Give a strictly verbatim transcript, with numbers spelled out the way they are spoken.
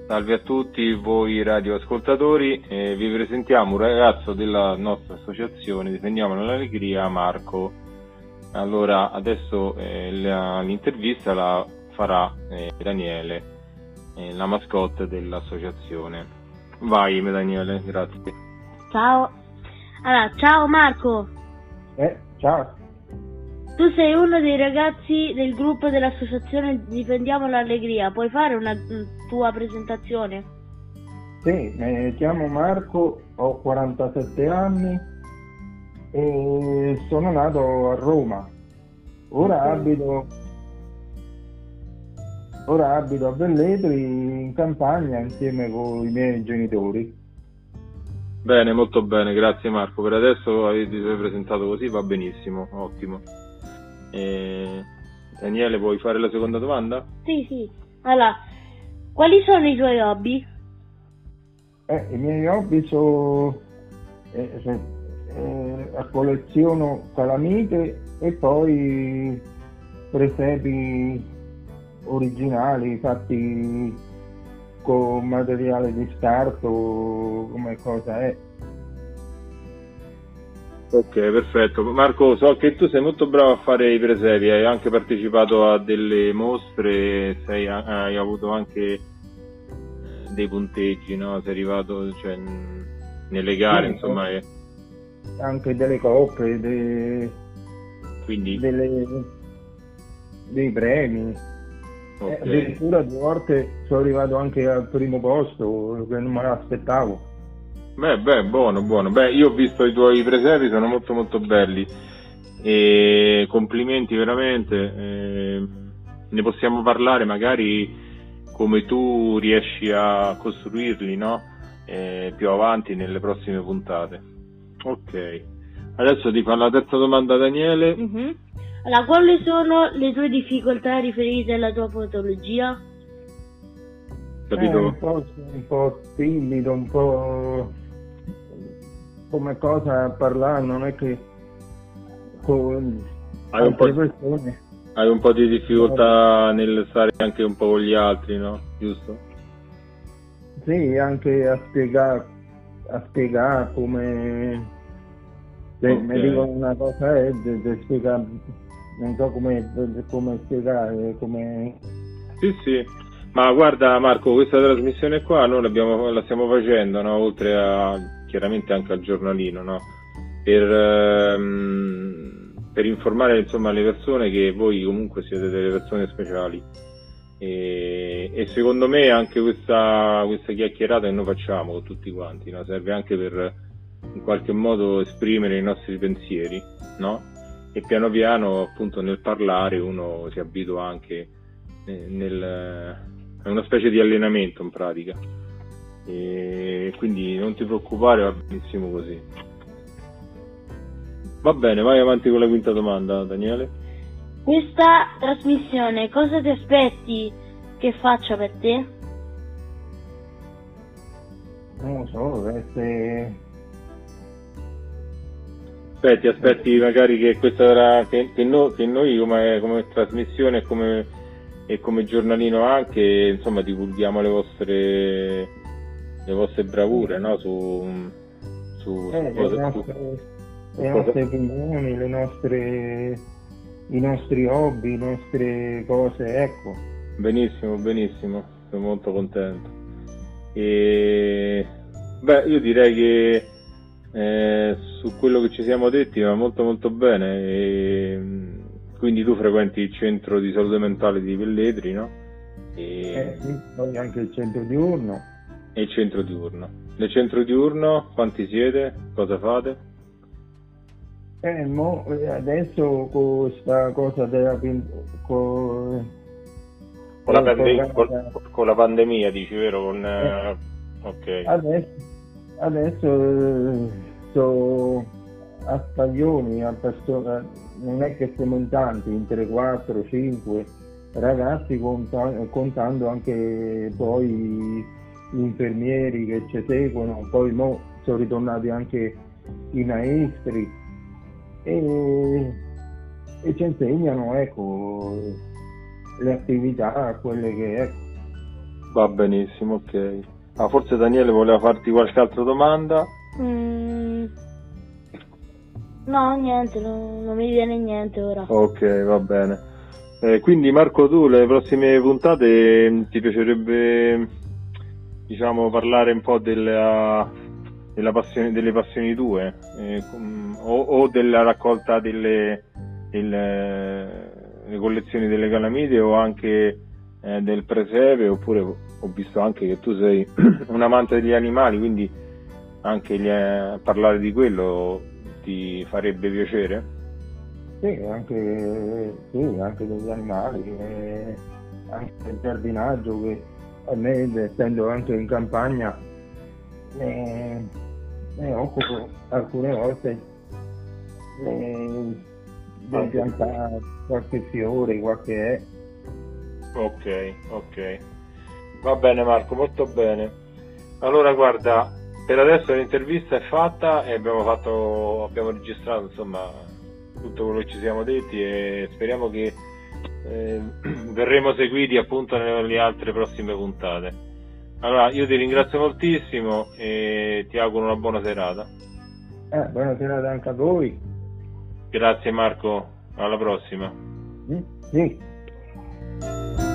Salve a tutti voi radioascoltatori, eh, vi presentiamo un ragazzo della nostra associazione Difendiamo l'Allegria, Marco. Allora, adesso eh, la, l'intervista la farà eh, Daniele, eh, la mascotte dell'associazione. Vai Daniele, grazie. Ciao. Allora, ciao Marco. Eh, ciao. Tu sei uno dei ragazzi del gruppo dell'associazione Difendiamo l'Allegria, puoi fare una tua presentazione? Sì, mi chiamo Marco, ho quarantasette anni e sono nato a Roma. Ora Ok. abito ora abito a Velletri in campagna insieme con i miei genitori. Bene, molto bene, grazie Marco. Per adesso avete presentato così, va benissimo, ottimo. Eh, Daniele, vuoi fare la seconda domanda? Sì, sì. Allora, quali sono i tuoi hobby? Eh, I miei hobby sono eh, so- eh, colleziono calamite e poi presepi originali fatti con materiale di scarto, come cosa è. Ok, perfetto. Marco, so che tu sei molto bravo a fare i presepi, hai anche partecipato a delle mostre, sei, hai avuto anche dei punteggi, no? Sei arrivato, cioè, nelle gare, Sì, insomma, e anche delle coppe, de- quindi, delle- dei premi. ok. Eh, addirittura due volte sono arrivato anche al primo posto, che non me l'aspettavo. Beh, beh, buono, buono. Beh, io ho visto i tuoi presepi, sono molto molto belli. E complimenti veramente. eh, ne possiamo parlare magari come tu riesci a costruirli, no? Eh, più avanti nelle prossime puntate. Ok. Adesso ti fa la terza domanda Daniele. Mhm. Allora, quali sono le tue difficoltà riferite alla tua patologia? Capito? Eh, un po', un po' timido, un po' come cosa a parlare, non è che con Hai un po', altre persone. hai un po' di difficoltà nel stare anche un po' con gli altri, no? Giusto? Sì, anche a spiegare, a spiegare come se Ok. mi dicono una cosa è di, di spiegare, non so come, come spiegare, come Sì, sì, ma guarda Marco, questa trasmissione qua noi l'abbiamo, la stiamo facendo, no? Oltre a chiaramente anche al giornalino, no? Per, ehm, per informare insomma le persone che voi comunque siete delle persone speciali e, e secondo me anche questa, questa chiacchierata che noi facciamo con tutti quanti, no? Serve anche per in qualche modo esprimere i nostri pensieri, no? E piano piano appunto nel parlare uno si abitua anche nel, è una specie di allenamento in pratica e quindi non ti preoccupare, va benissimo così. Va bene, vai avanti con la quinta domanda Daniele. Questa trasmissione cosa ti aspetti che faccia per te? non lo so, essere Aspetti, aspetti magari che questa che, che, no, che noi come, come trasmissione e come, e come giornalino anche insomma divulghiamo le vostre le vostre bravure, no? su su, eh, su cosa, le nostre, su, le su nostre cosa... opinioni, le nostre, i nostri hobby, le nostre cose, ecco. Benissimo, benissimo, sono molto contento. E beh, io direi che eh, su quello che ci siamo detti va molto molto bene. E, quindi tu frequenti il centro di salute mentale di Velletri, no? E, Eh, sì, poi anche il centro diurno. e il centro diurno. Nel centro diurno quanti siete? Cosa fate? Eh, mo, eh, adesso con questa cosa della pin- con, Con la, col pande- programma- col- con la pandemia, dici, vero? Con, eh, eh, ok. adesso, adesso eh, sto a stagioni, a persona, non è che siamo in tanti, in tre, quattro, cinque ragazzi, conta- contando anche poi gli infermieri che ci seguono, poi mo sono ritornati anche i maestri e, e ci insegnano, ecco, le attività, quelle che ecco, Va benissimo, ok. Ah, forse Daniele voleva farti qualche altra domanda? Mm, no, niente, no, non mi viene niente ora. Ok, va bene. Eh, quindi Marco, tu le prossime puntate ti piacerebbe, diciamo, parlare un po' della, della passione, delle passioni tue, eh, o, o della raccolta delle, delle, delle collezioni delle calamite, o anche eh, del presepe, oppure ho visto anche che tu sei un amante degli animali, quindi anche gli, eh, parlare di quello ti farebbe piacere? Sì, anche, sì, anche degli animali, eh, anche del giardinaggio, che a me, essendo anche in campagna, ne, ne occupo alcune volte eh, di piantare qualche fiore, qualche... Ok, ok. Va bene Marco, molto bene. Allora guarda, per adesso l'intervista è fatta e abbiamo fatto, abbiamo registrato insomma tutto quello che ci siamo detti, e speriamo che eh, verremo seguiti appunto nelle altre prossime puntate. Allora io ti ringrazio moltissimo e ti auguro una buona serata. Eh, buona serata anche a voi. Grazie Marco, alla prossima. Mm? Sì.